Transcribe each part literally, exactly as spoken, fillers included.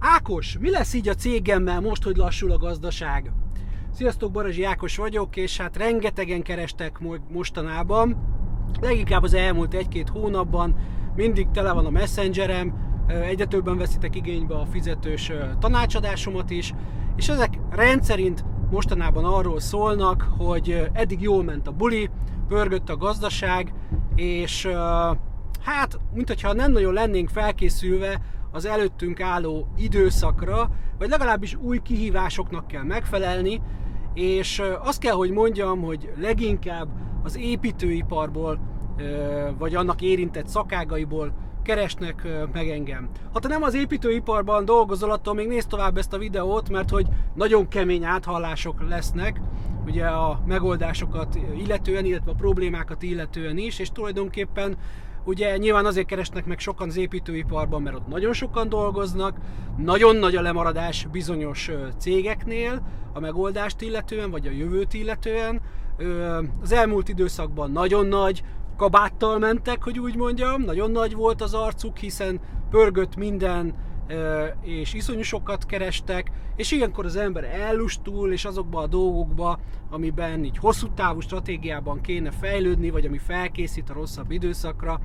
Ákos, mi lesz így a cégemmel most, hogy lassul a gazdaság? Sziasztok, Barazsi Ákos vagyok, és hát rengetegen kerestek mostanában. Leginkább az elmúlt egy-két hónapban mindig tele van a messengerem, egyre többen veszitek igénybe a fizetős tanácsadásomat is, és ezek rendszerint mostanában arról szólnak, hogy eddig jól ment a buli, pörgött a gazdaság, és hát, mintha nem nagyon lennénk felkészülve az előttünk álló időszakra, vagy legalábbis új kihívásoknak kell megfelelni, és azt kell, hogy mondjam, hogy leginkább az építőiparból, vagy annak érintett szakágaiból keresnek meg engem. Ha te nem az építőiparban dolgozol, attól még nézd tovább ezt a videót, mert hogy nagyon kemény áthallások lesznek, ugye a megoldásokat illetően, illetve a problémákat illetően is, és tulajdonképpen ugye nyilván azért keresnek meg sokan az építőiparban, mert ott nagyon sokan dolgoznak, nagyon nagy a lemaradás bizonyos cégeknél a megoldást illetően, vagy a jövőt illetően. Az elmúlt időszakban nagyon nagy kabáttal mentek, hogy úgy mondjam, nagyon nagy volt az arcuk, hiszen pörgött minden, és iszonyú sokat kerestek, és ilyenkor az ember ellustul, és azokba a dolgokba, amiben így hosszú távú stratégiában kéne fejlődni, vagy ami felkészít a rosszabb időszakra,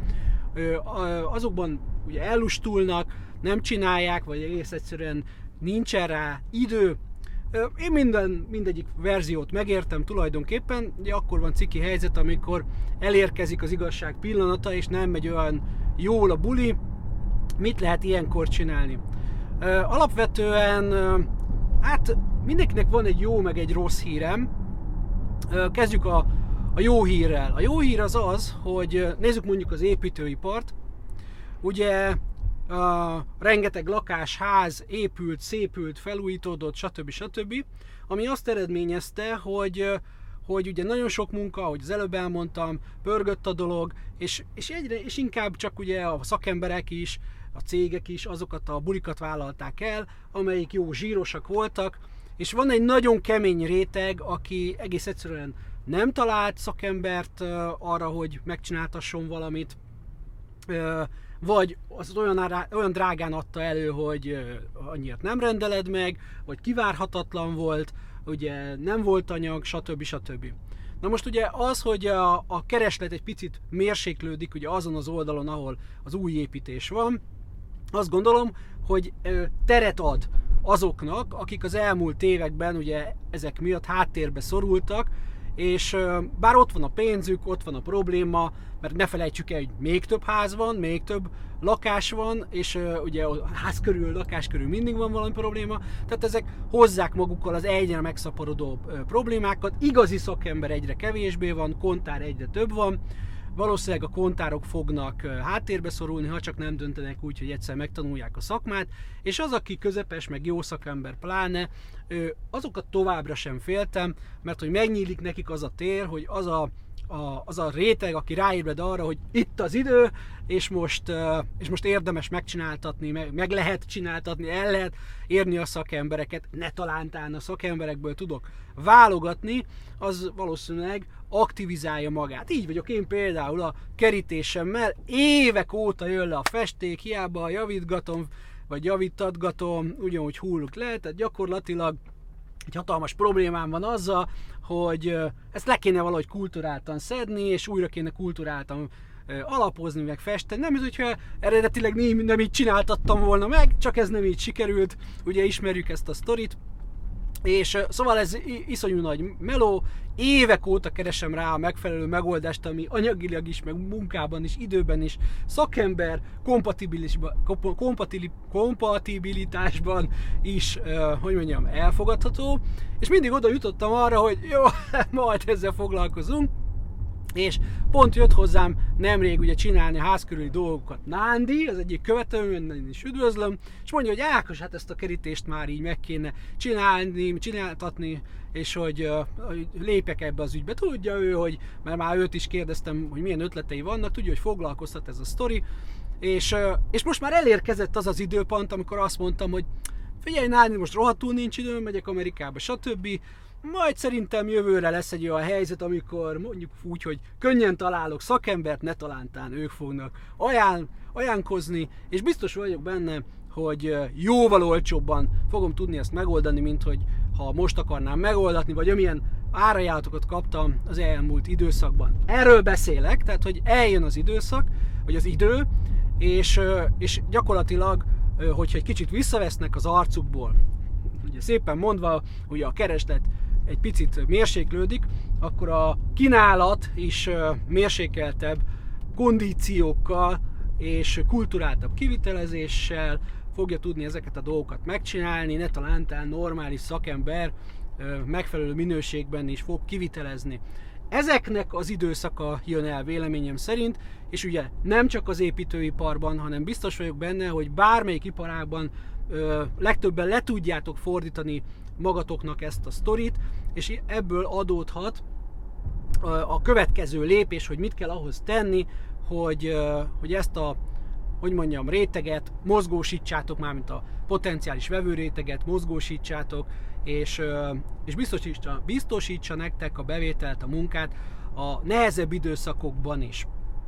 azokban ugye ellustulnak, nem csinálják, vagy egész egyszerűen nincsen rá idő. Én minden, mindegyik verziót megértem tulajdonképpen, ugye akkor van ciki helyzet, amikor elérkezik az igazság pillanata, és nem megy olyan jól a buli. Mit lehet ilyenkor csinálni? Alapvetően, hát mindenkinek van egy jó meg egy rossz hírem. Kezdjük a, a jó hírrel. A jó hír az az, hogy nézzük mondjuk az építőipart. Ugye Uh, rengeteg lakás, ház épült, szépült, felújítódott, stb. stb. Ami azt eredményezte, hogy, hogy ugye nagyon sok munka, ahogy az előbb elmondtam, pörgött a dolog, és, és egyre, és inkább csak ugye a szakemberek is, a cégek is azokat a bulikat vállalták el, amelyik jó zsírosak voltak, és van egy nagyon kemény réteg, aki egész egyszerűen nem talált szakembert uh, arra, hogy megcsináltasson valamit, uh, vagy az olyan, olyan drágán adta elő, hogy annyiért nem rendeled meg, vagy kivárhatatlan volt, ugye nem volt anyag, stb. stb. Na most ugye az, hogy a, a kereslet egy picit mérséklődik ugye azon az oldalon, ahol az új építés van, azt gondolom, hogy teret ad azoknak, akik az elmúlt években ugye ezek miatt háttérbe szorultak, és bár ott van a pénzük, ott van a probléma, mert ne felejtsük el, hogy még több ház van, még több lakás van, és uh, ugye a ház körül, lakás körül mindig van valami probléma, tehát ezek hozzák magukkal az egyre megszaporodó uh, problémákat, igazi szakember egyre kevésbé van, kontár egyre több van, valószínűleg a kontárok fognak uh, háttérbe szorulni, ha csak nem döntenek úgy, hogy egyszer megtanulják a szakmát, és az, aki közepes, meg jó szakember pláne, uh, azokat továbbra sem féltem, mert hogy megnyílik nekik az a tér, hogy az a A, az a réteg, aki ráébred arra, hogy itt az idő, és most, uh, és most érdemes megcsináltatni, meg, meg lehet csináltatni, el lehet érni a szakembereket, ne talántán a szakemberekből tudok válogatni, az valószínűleg aktivizálja magát. Így vagyok én például a kerítésemmel, évek óta jön le a festék, hiába javítgatom, vagy javítatgatom, ugyanúgy hulluk le, tehát gyakorlatilag egy hatalmas problémám van azzal, hogy ezt le kéne valahogy kulturáltan szedni, és újra kéne kulturáltan alapozni, meg festeni. Nem, hogyha eredetileg nem így csináltattam volna meg, csak ez nem így sikerült, ugye ismerjük ezt a sztorit. És szóval ez iszonyú nagy meló, évek óta keresem rá a megfelelő megoldást, ami anyagilag is, meg munkában is, időben is, szakember, kompatibilitásban is, hogy mondjam, elfogadható. És mindig oda jutottam arra, hogy jó, majd ezzel foglalkozunk. És pont jött hozzám nemrég ugye csinálni a ház körüli dolgokat Nándi, az egyik követőm, én is üdvözlöm, és mondja, hogy Ákos, hát ezt a kerítést már így meg kéne csinálni, csináltatni, és hogy, uh, hogy lépjek ebbe az ügybe. Tudja ő, hogy, mert már őt is kérdeztem, hogy milyen ötletei vannak, tudja, hogy foglalkoztat ez a sztori, és, uh, és most már elérkezett az az időpont, amikor azt mondtam, hogy figyelj Nándi, most rohadtul nincs időm, megyek Amerikába, stb. Majd szerintem jövőre lesz egy olyan helyzet, amikor mondjuk úgy, hogy könnyen találok szakembert, ne talántán ők fognak ajánl, ajánlkozni, és biztos vagyok benne, hogy jóval olcsóbban fogom tudni ezt megoldani, mint hogy ha most akarnám megoldatni, vagy amilyen árajánlatokat kaptam az elmúlt időszakban. Erről beszélek, tehát hogy eljön az időszak, vagy az idő, és, és gyakorlatilag, hogyha egy kicsit visszavesznek az arcukból, ugye szépen mondva, hogy a kereslet egy picit mérséklődik, akkor a kínálat is mérsékeltebb kondíciókkal és kulturáltabb kivitelezéssel fogja tudni ezeket a dolgokat megcsinálni, ne talántán normális szakember megfelelő minőségben is fog kivitelezni. Ezeknek az időszaka jön el véleményem szerint, és ugye nem csak az építőiparban, hanem biztos vagyok benne, hogy bármelyik iparágban ö, legtöbben le tudjátok fordítani magatoknak ezt a sztorit, és ebből adódhat ö, a következő lépés, hogy mit kell ahhoz tenni, hogy, ö, hogy ezt a, hogy mondjam, réteget mozgósítsátok, mármint a potenciális vevőréteget mozgósítsátok, és, és biztosítsa, biztosítsa nektek a bevételt, a munkát a nehezebb időszakokban is.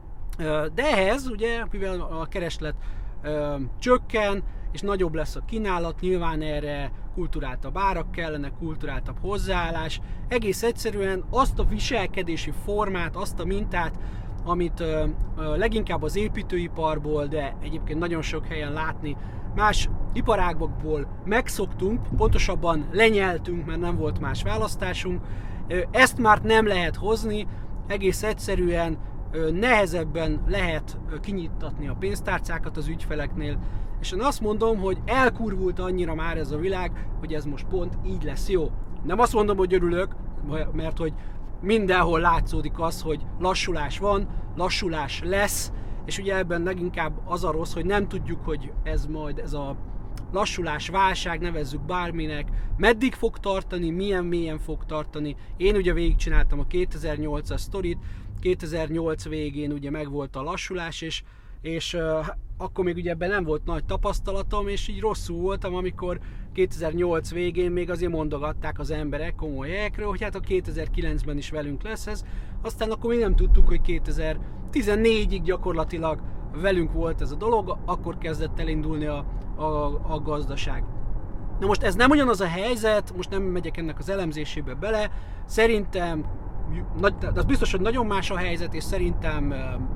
De ehhez, ugye, mivel a kereslet ö, csökken, és nagyobb lesz a kínálat, nyilván erre kulturáltabb árak kellene, kulturáltabb hozzáállás, egész egyszerűen azt a viselkedési formát, azt a mintát, amit ö, ö, leginkább az építőiparból, de egyébként nagyon sok helyen látni, más iparágokból megszoktunk, pontosabban lenyeltünk, mert nem volt más választásunk. Ezt már nem lehet hozni, egész egyszerűen nehezebben lehet kinyittatni a pénztárcákat az ügyfeleknél, és én azt mondom, hogy elkurvult annyira már ez a világ, hogy ez most pont így lesz jó. Nem azt mondom, hogy örülök, mert hogy mindenhol látszódik az, hogy lassulás van, lassulás lesz, és ugye ebben leginkább az a rossz, hogy nem tudjuk, hogy ez majd ez a lassulás, válság, nevezzük bárminek, meddig fog tartani, milyen mélyen fog tartani. Én ugye végigcsináltam a kétezer-nyolcas sztorit, kétezer-nyolc végén ugye megvolt a lassulás, és, és uh, akkor még ugye ebben nem volt nagy tapasztalatom, és így rosszul voltam, amikor kétezer-nyolc végén még azért mondogatták az emberek komoly helyekről, hogy hát a kétezer-kilencben is velünk lesz ez, aztán akkor még nem tudtuk, hogy kétezer-tizennégyig gyakorlatilag velünk volt ez a dolog, akkor kezdett elindulni a, a, a gazdaság. Na most ez nem ugyanaz a helyzet, most nem megyek ennek az elemzésébe bele, szerintem, az biztos, hogy nagyon más a helyzet, és szerintem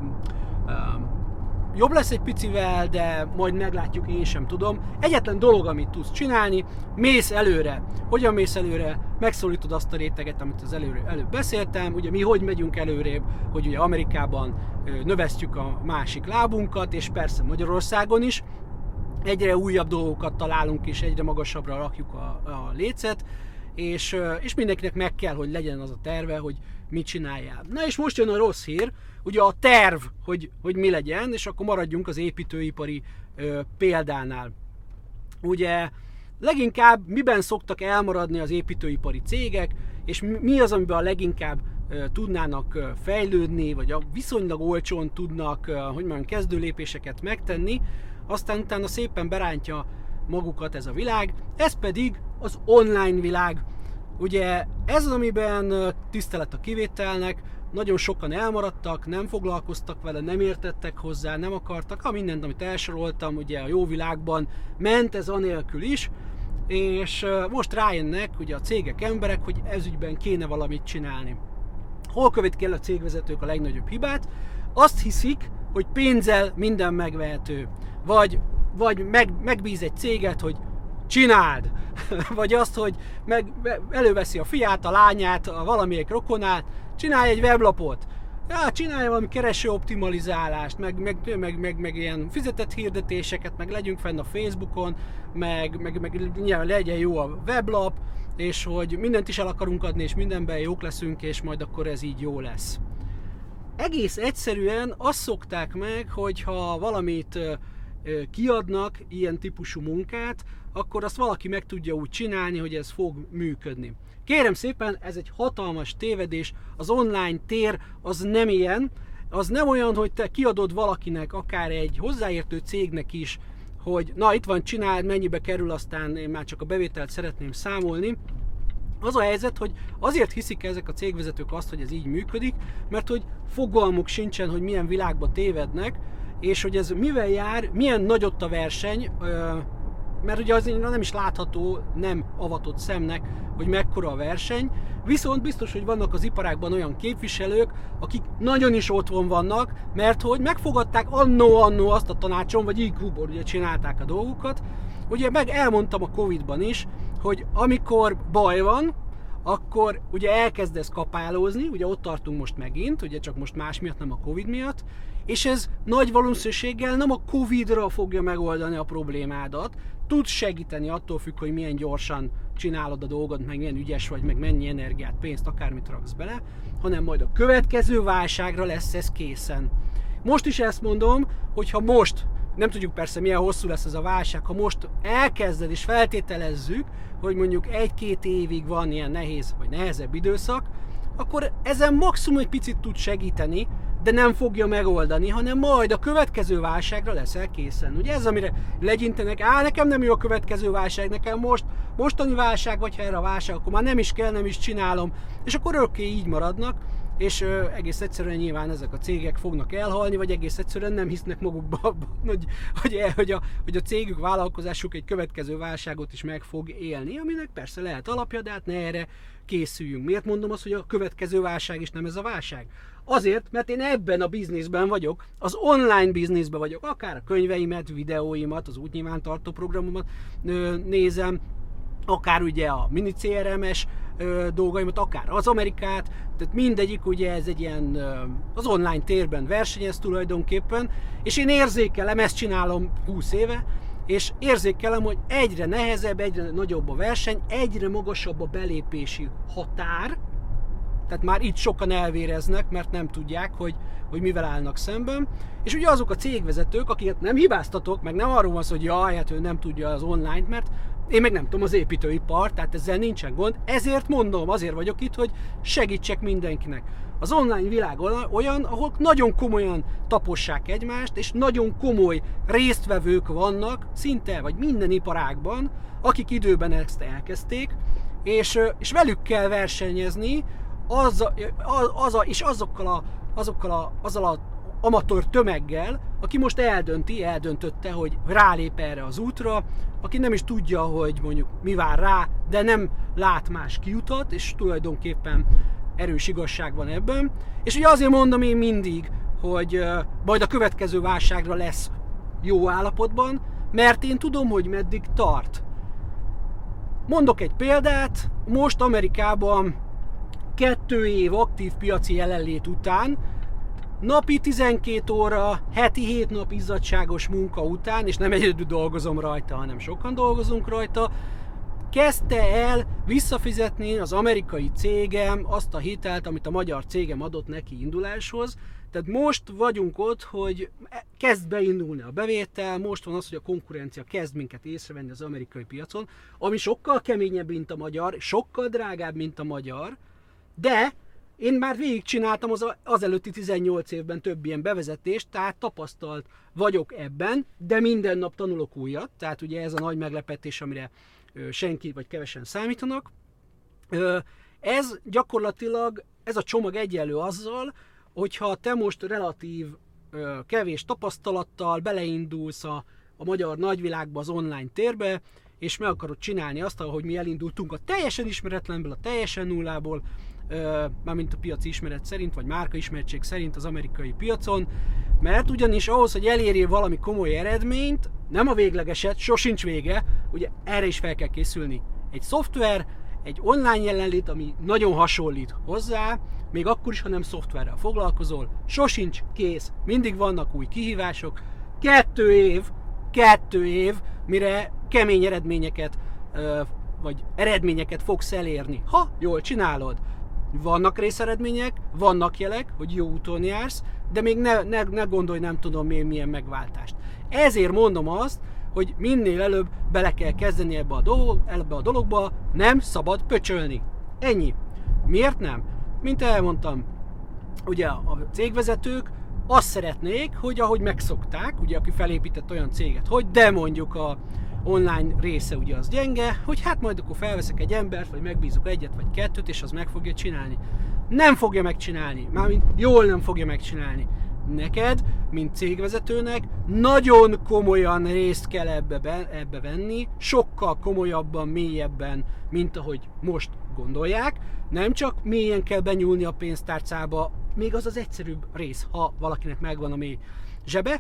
jobb lesz egy picivel, de majd meglátjuk, én sem tudom. Egyetlen dolog, amit tudsz csinálni, mész előre. Hogyan mész előre? Megszólítod azt a réteget, amit az előre, előbb beszéltem. Ugye mi hogy megyünk előrébb, hogy ugye Amerikában növesztjük a másik lábunkat, és persze Magyarországon is. Egyre újabb dolgokat találunk, és egyre magasabbra rakjuk a, a lécet, és, és mindenkinek meg kell, hogy legyen az a terve, hogy mit csináljál. Na és most jön a rossz hír, ugye a terv, hogy, hogy mi legyen, és akkor maradjunk az építőipari ö, példánál. Ugye leginkább miben szoktak elmaradni az építőipari cégek, és mi az, amiben a leginkább ö, tudnának ö, fejlődni, vagy a viszonylag olcsón tudnak, ö, hogy mondjam, kezdőlépéseket megtenni, aztán utána szépen berántja magukat ez a világ, ez pedig az online világ. Ugye ez az, amiben tisztelet a kivételnek, nagyon sokan elmaradtak, nem foglalkoztak vele, nem értettek hozzá, nem akartak, ha mindent, amit elsoroltam, ugye a jó világban ment ez anélkül is, és most rájönnek ugye a cégek, emberek, hogy ez ügyben kéne valamit csinálni. Hol követik el a cégvezetők a legnagyobb hibát? Azt hiszik, hogy pénzzel minden megvehető. Vagy, vagy meg, megbíz egy céget, hogy csináld! Vagy azt, hogy meg, előveszi a fiát, a lányát, a valamelyik rokonát, csinálj egy weblapot. Ja, csinálj valami kereső optimalizálást, meg, meg, meg, meg, meg ilyen fizetett hirdetéseket, meg legyünk fenn a Facebookon, meg, meg, meg nyilván legyen jó a weblap, és hogy mindent is el akarunk adni, és mindenben jók leszünk, és majd akkor ez így jó lesz. Egész egyszerűen azt szokták meg, hogyha valamit kiadnak, ilyen típusú munkát, akkor azt valaki meg tudja úgy csinálni, hogy ez fog működni. Kérem szépen, ez egy hatalmas tévedés, az online tér az nem ilyen, az nem olyan, hogy te kiadod valakinek, akár egy hozzáértő cégnek is, hogy na itt van, csináld, mennyibe kerül, aztán én már csak a bevételt szeretném számolni. Az a helyzet, hogy azért hiszik ezek a cégvezetők azt, hogy ez így működik, mert hogy fogalmuk sincsen, hogy milyen világba tévednek, és hogy ez mivel jár, milyen nagy ott a verseny, mert ugye azért nem is látható, nem avatott szemnek, hogy mekkora a verseny, viszont biztos, hogy vannak az iparágban olyan képviselők, akik nagyon is otthon vannak, mert hogy megfogadták annó-annó azt a tanácson, vagy í kú-ból ugye csinálták a dolgukat. Ugye meg elmondtam a Covidban is, hogy amikor baj van, akkor ugye elkezdesz kapálózni, ugye ott tartunk most megint, ugye csak most más miatt, nem a Covid miatt, és ez nagy valószínűséggel nem a Covidra fogja megoldani a problémádat, tud segíteni, attól függ, hogy milyen gyorsan csinálod a dolgot, meg milyen ügyes vagy, meg mennyi energiát, pénzt, akármit raksz bele, hanem majd a következő válságra lesz ez készen. Most is ezt mondom, hogyha most, nem tudjuk persze milyen hosszú lesz ez a válság, ha most elkezded és feltételezzük, hogy mondjuk egy-két évig van ilyen nehéz vagy nehezebb időszak, akkor ezen maximum egy picit tud segíteni, de nem fogja megoldani, hanem majd a következő válságra leszel készen. Ugye ez, amire legyintenek, á, nekem nem jó a következő válság, nekem most, mostani válság, vagy ha erre a válság, akkor már nem is kell, nem is csinálom, és akkor örökké így maradnak, és ö, egész egyszerűen nyilván ezek a cégek fognak elhalni, vagy egész egyszerűen nem hisznek magukba, hogy, hogy, hogy, a, hogy a cégük, vállalkozásuk egy következő válságot is meg fog élni, aminek persze lehet alapja, de hát ne erre készüljünk. Miért mondom azt, hogy a következő válság is nem ez a válság? Azért, mert én ebben a bizniszben vagyok, az online bizniszben vagyok, akár a könyveimet, videóimat, az útnyilvántartó programomat ö, nézem, akár ugye a mini cé er em-es ö, dolgaimat, akár az Amerikát, tehát mindegyik ugye ez egy ilyen ö, az online térben versenyez tulajdonképpen, és én érzékelem, ezt csinálom húsz éve, és érzékelem, hogy egyre nehezebb, egyre nagyobb a verseny, egyre magasabb a belépési határ, tehát már itt sokan elvéreznek, mert nem tudják, hogy, hogy mivel állnak szemben. És ugye azok a cégvezetők, akiket nem hibáztatok, meg nem arról van szó, hogy jaj, hát ő nem tudja az online-t, mert én meg nem tudom az építőipar, tehát ezzel nincsen gond. Ezért mondom, azért vagyok itt, hogy segítsek mindenkinek. Az online világ olyan, ahol nagyon komolyan tapossák egymást, és nagyon komoly résztvevők vannak, szinte vagy minden iparágban, akik időben ezt elkezdték, és, és velük kell versenyezni, Az a, az a, és azokkal a, azokkal a, azzal a amatőr tömeggel, aki most eldönti, eldöntötte, hogy rálép erre az útra, aki nem is tudja, hogy mondjuk mi vár rá, de nem lát más kiutat, és tulajdonképpen erős igazság van ebben. És ugye azért mondom én mindig, hogy uh, majd a következő válságra lesz jó állapotban, mert én tudom, hogy meddig tart. Mondok egy példát, most Amerikában kettő év aktív piaci jelenlét után, napi tizenkét óra, heti hét nap izzadságos munka után, és nem egyedül dolgozom rajta, hanem sokan dolgozunk rajta, kezdte el visszafizetni az amerikai cégem azt a hitelt, amit a magyar cégem adott neki induláshoz. Tehát most vagyunk ott, hogy kezd beindulni a bevétel, most van az, hogy a konkurencia kezd minket észrevenni az amerikai piacon, ami sokkal keményebb, mint a magyar, sokkal drágább, mint a magyar, de én már végigcsináltam az, az előtti tizennyolc évben több ilyen bevezetést, tehát tapasztalt vagyok ebben, de minden nap tanulok újat, tehát ugye ez a nagy meglepetés, amire ö, senki vagy kevesen számítanak. Ö, ez gyakorlatilag, ez a csomag egyenlő azzal, hogyha te most relatív ö, kevés tapasztalattal beleindulsz a, a magyar nagyvilágba, az online térbe, és meg akarod csinálni azt, ahogy mi elindultunk a teljesen ismeretlenből, a teljesen nullából, mármint a piaci ismeret szerint, vagy márka ismertség szerint az amerikai piacon, mert ugyanis ahhoz, hogy elérjél valami komoly eredményt, nem a véglegeset, sosincs vége, ugye erre is fel kell készülni. Egy szoftver, egy online jelenlét, ami nagyon hasonlít hozzá, még akkor is, ha nem szoftverrel foglalkozol, sosincs kész, mindig vannak új kihívások, kettő év, kettő év, mire kemény eredményeket, vagy eredményeket fogsz elérni, ha jól csinálod. Vannak részeredmények, vannak jelek, hogy jó úton jársz, de még ne, ne, ne gondolj, nem tudom még milyen megváltást. Ezért mondom azt, hogy minél előbb bele kell kezdeni ebbe a, dolog, ebbe a dologba, nem szabad pöcsölni. Ennyi. Miért nem? Mint elmondtam, ugye a cégvezetők azt szeretnék, hogy ahogy megszokták, ugye aki felépített olyan céget, hogy de mondjuk a online része ugye az gyenge, hogy hát majd akkor felveszek egy embert, vagy megbízok egyet, vagy kettőt, és az meg fogja csinálni. Nem fogja megcsinálni, mármint jól nem fogja megcsinálni. neked, mint cégvezetőnek nagyon komolyan részt kell ebbe, ebbe venni, sokkal komolyabban, mélyebben, mint ahogy most gondolják. Nem csak mélyen kell benyúlni a pénztárcába, még az az egyszerűbb rész, ha valakinek megvan a mély zsebe,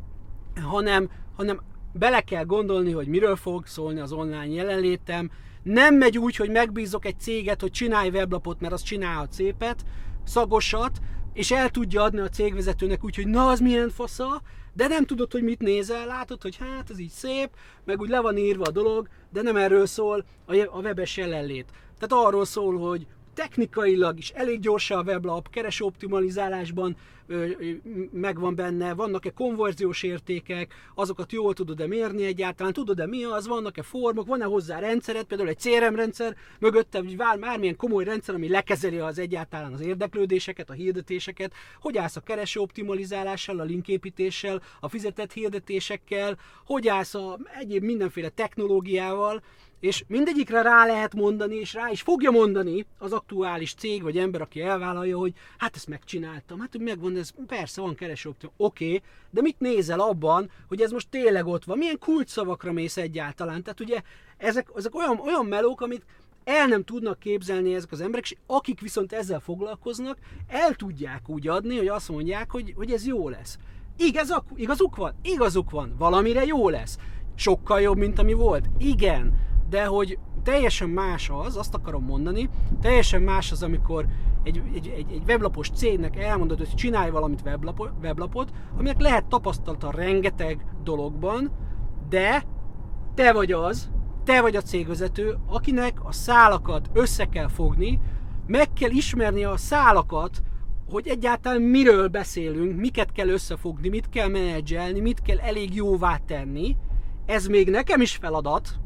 hanem, hanem bele kell gondolni, hogy miről fog szólni az online jelenlétem. Nem megy úgy, hogy megbízok egy céget, hogy csinálj weblapot, mert az csinálhat szépet, szagosat, és el tudja adni a cégvezetőnek úgy, hogy na, az milyen fasza, de nem tudod, hogy mit nézel, látod, hogy hát ez így szép, meg úgy le van írva a dolog, de nem erről szól a webes jelenlét. Tehát arról szól, hogy technikailag is elég gyorsan a weblap, kereső optimalizálásban ö, ö, megvan benne, vannak-e konverziós értékek, azokat jól tudod-e mérni egyáltalán, tudod-e mi az, vannak-e formok, van-e hozzá rendszered, például egy cé er em rendszer, mögötte bármilyen komoly rendszer, ami lekezeli az egyáltalán az érdeklődéseket, a hirdetéseket, hogy állsz a kereső optimalizálással, a linképítéssel, a fizetett hirdetésekkel, hogy állsz a egyéb mindenféle technológiával, és mindegyikre rá lehet mondani, és rá is fogja mondani az aktuális cég vagy ember, aki elvállalja, hogy hát ezt megcsináltam, hát hogy megvan, ez persze van kereső optim, oké, okay, de mit nézel abban, hogy ez most tényleg ott van, milyen kulcsszavakra mész egyáltalán, tehát ugye ezek, ezek olyan, olyan melók, amit el nem tudnak képzelni ezek az emberek, és akik viszont ezzel foglalkoznak, el tudják úgy adni, hogy azt mondják, hogy, hogy ez jó lesz. Igaz, igazuk van? Igazuk van, valamire jó lesz. Sokkal jobb, mint ami volt. Igen, de hogy teljesen más az, azt akarom mondani, teljesen más az, amikor egy, egy, egy, egy weblapos cégnek elmondod, hogy csinálj valamit weblapot, weblapot, aminek lehet tapasztalata rengeteg dologban, de te vagy az, te vagy a cégvezető, akinek a szálakat össze kell fogni, meg kell ismerni a szálakat, hogy egyáltalán miről beszélünk, miket kell összefogni, mit kell menedzselni, mit kell elég jóvá tenni. Ez még nekem is feladat.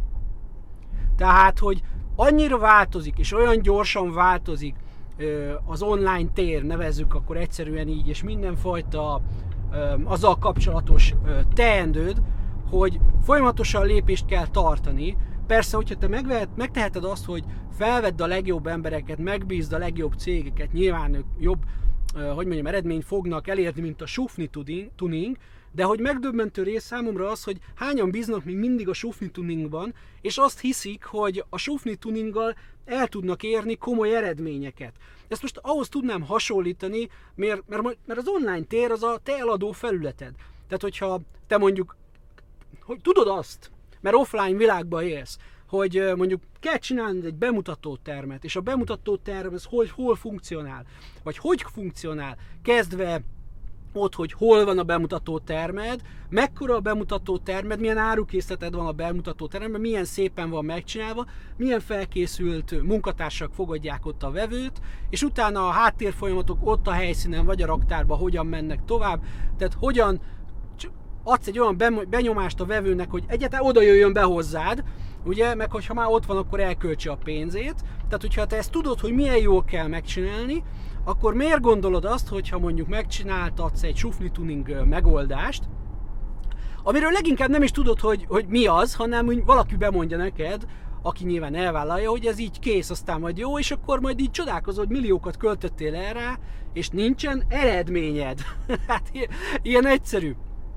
Tehát, hogy annyira változik, és olyan gyorsan változik az online tér, nevezzük akkor egyszerűen így, és mindenfajta azzal kapcsolatos teendőd, hogy folyamatosan lépést kell tartani. Persze, hogyha te megvehet, megteheted azt, hogy felvedd a legjobb embereket, megbízd a legjobb cégeket, nyilván ők jobb, hogy mondjam, eredményt fognak elérni, mint a sufni tuning, de hogy megdöbbentő rész számomra az, hogy hányan bíznak még mindig a sufni tuningban, és azt hiszik, hogy a sufni tuninggal el tudnak érni komoly eredményeket. Ezt most ahhoz tudnám hasonlítani, mert, mert, mert az online tér az a te eladó felületed. Tehát, hogyha te mondjuk, hogy tudod azt, mert offline világban élsz, hogy mondjuk kell csinálni egy bemutató termet, és a bemutató term ez hogy, hol funkcionál, vagy hogy funkcionál, kezdve ott, hogy hol van a bemutató termed, mekkora a bemutató termed, milyen árukészleted van a bemutató termedben, milyen szépen van megcsinálva, milyen felkészült munkatársak fogadják ott a vevőt, és utána a háttérfolyamatok ott a helyszínen vagy a raktárban hogyan mennek tovább, tehát hogyan adsz egy olyan benyomást a vevőnek, hogy egyáltalán oda jöjjön be hozzád, ugye, meg hogyha már ott van, akkor elköltse a pénzét. Tehát, hogyha te ezt tudod, hogy milyen jól kell megcsinálni, akkor miért gondolod azt, hogyha mondjuk megcsináltatsz egy sufni tuning megoldást, amiről leginkább nem is tudod, hogy, hogy mi az, hanem hogy valaki bemondja neked, aki nyilván elvállalja, hogy ez így kész, aztán majd jó, és akkor majd így csodálkozol, hogy milliókat költöttél erre, és nincsen eredményed. Hát ilyen egyszerű.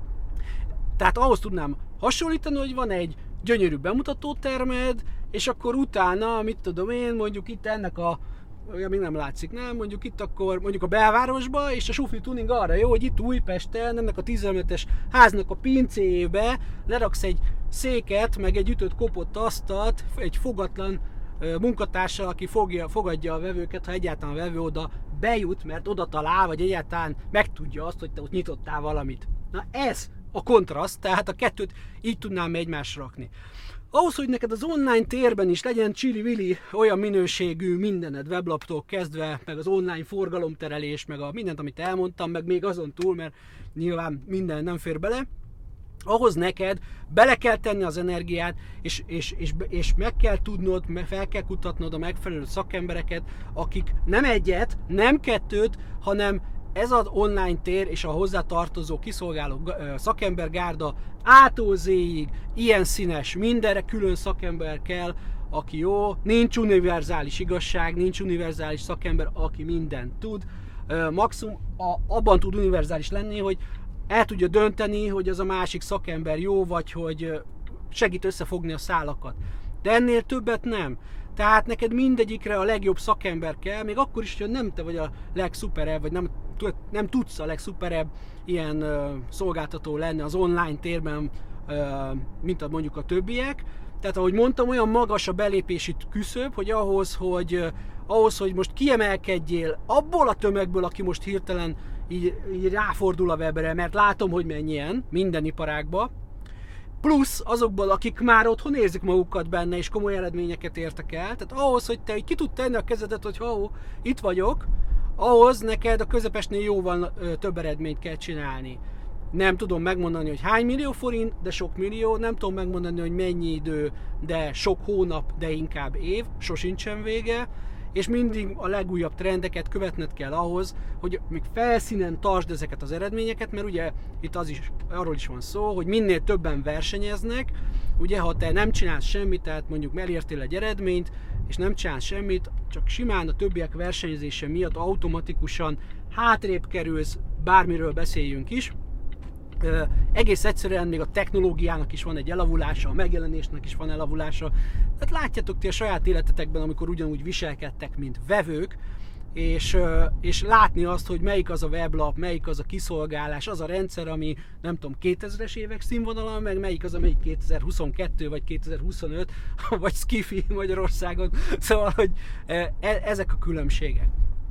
Tehát ahhoz tudnám hasonlítani, hogy van egy gyönyörű bemutató termed, és akkor utána, mit tudom én, mondjuk itt ennek a, ja, még nem látszik, nem? Mondjuk itt akkor, mondjuk a belvárosba, és a sufni tuning arra jó, hogy itt Újpesten, ennek a tizenötös háznak a pincéjébe leraksz egy széket, meg egy ütött kopott asztalt, egy fogatlan munkatársal, aki fogja, fogadja a vevőket, ha egyáltalán a vevő oda bejut, mert oda talál, vagy egyáltalán megtudja azt, hogy te ott nyitottál valamit. Na ez a kontraszt, tehát a kettőt így tudnám egymásra rakni. Ahhoz, hogy neked az online térben is legyen csili-vili olyan minőségű mindened, weblaptól kezdve, meg az online forgalomterelés, meg a mindent, amit elmondtam, meg még azon túl, mert nyilván minden nem fér bele, ahhoz neked bele kell tenni az energiát, és, és, és, és meg kell tudnod, fel kell kutatnod a megfelelő szakembereket, akik nem egyet, nem kettőt, hanem ez az online tér és a hozzá tartozó kiszolgáló szakembergárda A-tól Z-ig, ilyen színes, mindenre külön szakember kell, aki jó, nincs univerzális igazság, nincs univerzális szakember, aki mindent tud. maximum a, abban tud univerzális lenni, hogy el tudja dönteni, hogy az a másik szakember jó, vagy hogy segít összefogni a szálakat. De ennél többet nem. Tehát neked mindegyikre a legjobb szakember kell, még akkor is, hogy nem te vagy a legszuperebb, vagy nem, nem tudsz a legszuperebb ilyen uh, szolgáltató lenni az online térben, uh, mint a, mondjuk a többiek. Tehát ahogy mondtam, olyan magas a belépési küszöb, hogy ahhoz, hogy, uh, ahhoz, hogy most kiemelkedjél abból a tömegből, aki most hirtelen így, így ráfordul a webre, mert látom, hogy mennyien minden iparágba, plusz azokból, akik már otthon érzik magukat benne, és komoly eredményeket értek el. Tehát ahhoz, hogy te ki tud tenni a kezedet, hogy ha itt vagyok, ahhoz neked a közepesnél jóval ö, több eredményt kell csinálni. Nem tudom megmondani, hogy hány millió forint, de sok millió. Nem tudom megmondani, hogy mennyi idő, de sok hónap, de inkább év. Sosincsen vége. És mindig a legújabb trendeket követned kell ahhoz, hogy még felszínen tartsd ezeket az eredményeket, mert ugye itt az is, arról is van szó, hogy minél többen versenyeznek, ugye ha te nem csinálsz semmit, tehát mondjuk elértél egy eredményt, és nem csinálsz semmit, csak simán a többiek versenyzése miatt automatikusan hátrébb kerülsz, bármiről beszéljünk is. Uh, egész egyszerűen még a technológiának is van egy elavulása, a megjelenésnek is van elavulása. Tehát látjátok ti a saját életetekben, amikor ugyanúgy viselkedtek, mint vevők, és, uh, és látni azt, hogy melyik az a weblap, melyik az a kiszolgálás, az a rendszer, ami nem tudom, kétezres évek színvonalon, meg melyik az, amelyik kétezer-huszonkettő vagy kétezer-huszonöt, vagy Skifi Magyarországon. Szóval, hogy e- ezek a különbségek.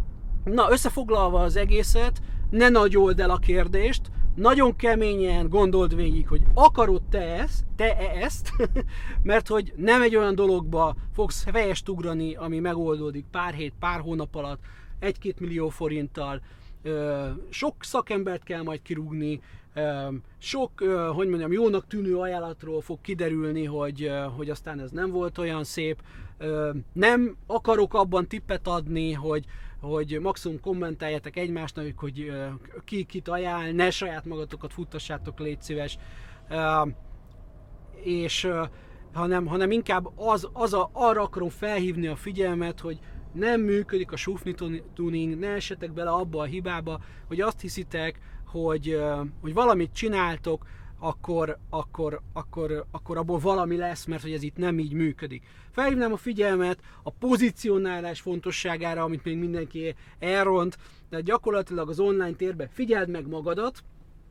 Na, összefoglalva az egészet, ne nagyold el a kérdést, nagyon keményen gondold végig, hogy akarod te ezt, te ezt, mert hogy nem egy olyan dologba fogsz fejest ugrani, ami megoldódik pár hét, pár hónap alatt, egy-két millió forinttal, sok szakembert kell majd kirúgni, sok, hogy mondjam, jónak tűnő ajánlatról fog kiderülni, hogy, hogy aztán ez nem volt olyan szép. Nem akarok abban tippet adni, hogy hogy maximum kommentáljátok egymásnak, hogy ki kit ajánl, ne saját magatokat futtassátok, légy szíves, és hanem, hanem inkább az, az a, arra akarom felhívni a figyelmet, hogy nem működik a sufni tuning, ne essetek bele abba a hibába, hogy azt hiszitek, hogy, hogy valamit csináltok, akkor, akkor, akkor, akkor abból valami lesz, mert hogy ez itt nem így működik. Felhívnám a figyelmet a pozícionálás fontosságára, amit még mindenki elront, de gyakorlatilag az online térben figyeld meg magadat,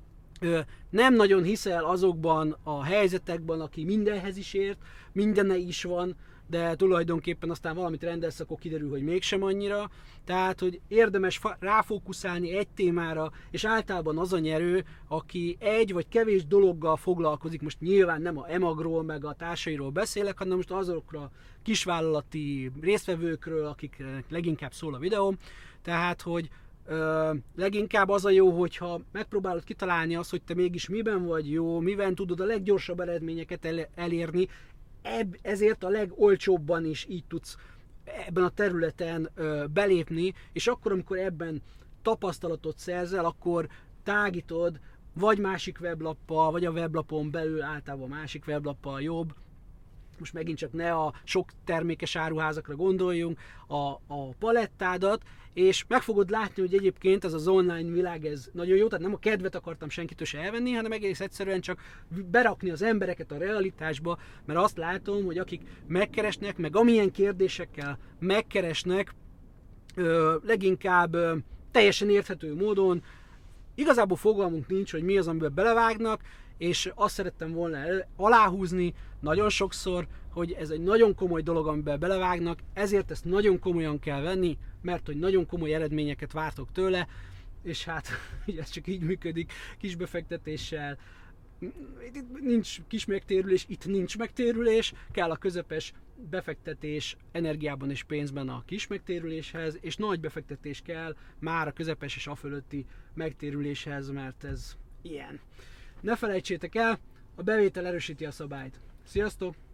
nem nagyon hiszel azokban a helyzetekben, aki mindenhez is ért, mindenne is van, de tulajdonképpen aztán valamit rendelsz, akkor kiderül, hogy mégsem annyira. Tehát, hogy érdemes ráfókuszálni egy témára, és általában az a nyerő, aki egy vagy kevés dologgal foglalkozik, most nyilván nem a emagról, meg a társairól beszélek, hanem most azokra a kisvállalati résztvevőkről, akik leginkább szól a videóm. Tehát, hogy Ö, leginkább az a jó, hogyha megpróbálod kitalálni azt, hogy te mégis miben vagy jó, miben tudod a leggyorsabb eredményeket el- elérni, Ebb, ezért a legolcsóbban is így tudsz ebben a területen ö, belépni, és akkor, amikor ebben tapasztalatot szerzel, akkor tágítod vagy másik weblappal, vagy a weblapon belül általában másik weblappal jobb. Most megint csak ne a sok termékes áruházakra gondoljunk, a, a palettádat, és meg fogod látni, hogy egyébként ez az online világ ez nagyon jó, tehát nem a kedvet akartam senkitől se elvenni, hanem egész egyszerűen csak berakni az embereket a realitásba, mert azt látom, hogy akik megkeresnek, meg amilyen kérdésekkel megkeresnek, ö, leginkább ö, teljesen érthető módon, igazából fogalmunk nincs, hogy mi az, amiben belevágnak, és azt szerettem volna aláhúzni nagyon sokszor, hogy ez egy nagyon komoly dolog, amiben belevágnak, ezért ezt nagyon komolyan kell venni, mert hogy nagyon komoly eredményeket vártok tőle, és hát ez csak így működik, kis befektetéssel, itt nincs kis megtérülés, itt nincs megtérülés, kell a közepes befektetés energiában és pénzben a kis megtérüléshez, és nagy befektetés kell már a közepes és a fölötti megtérüléshez, mert ez ilyen. Ne felejtsétek el, a bevétel erősíti a szabályt. Sziasztok!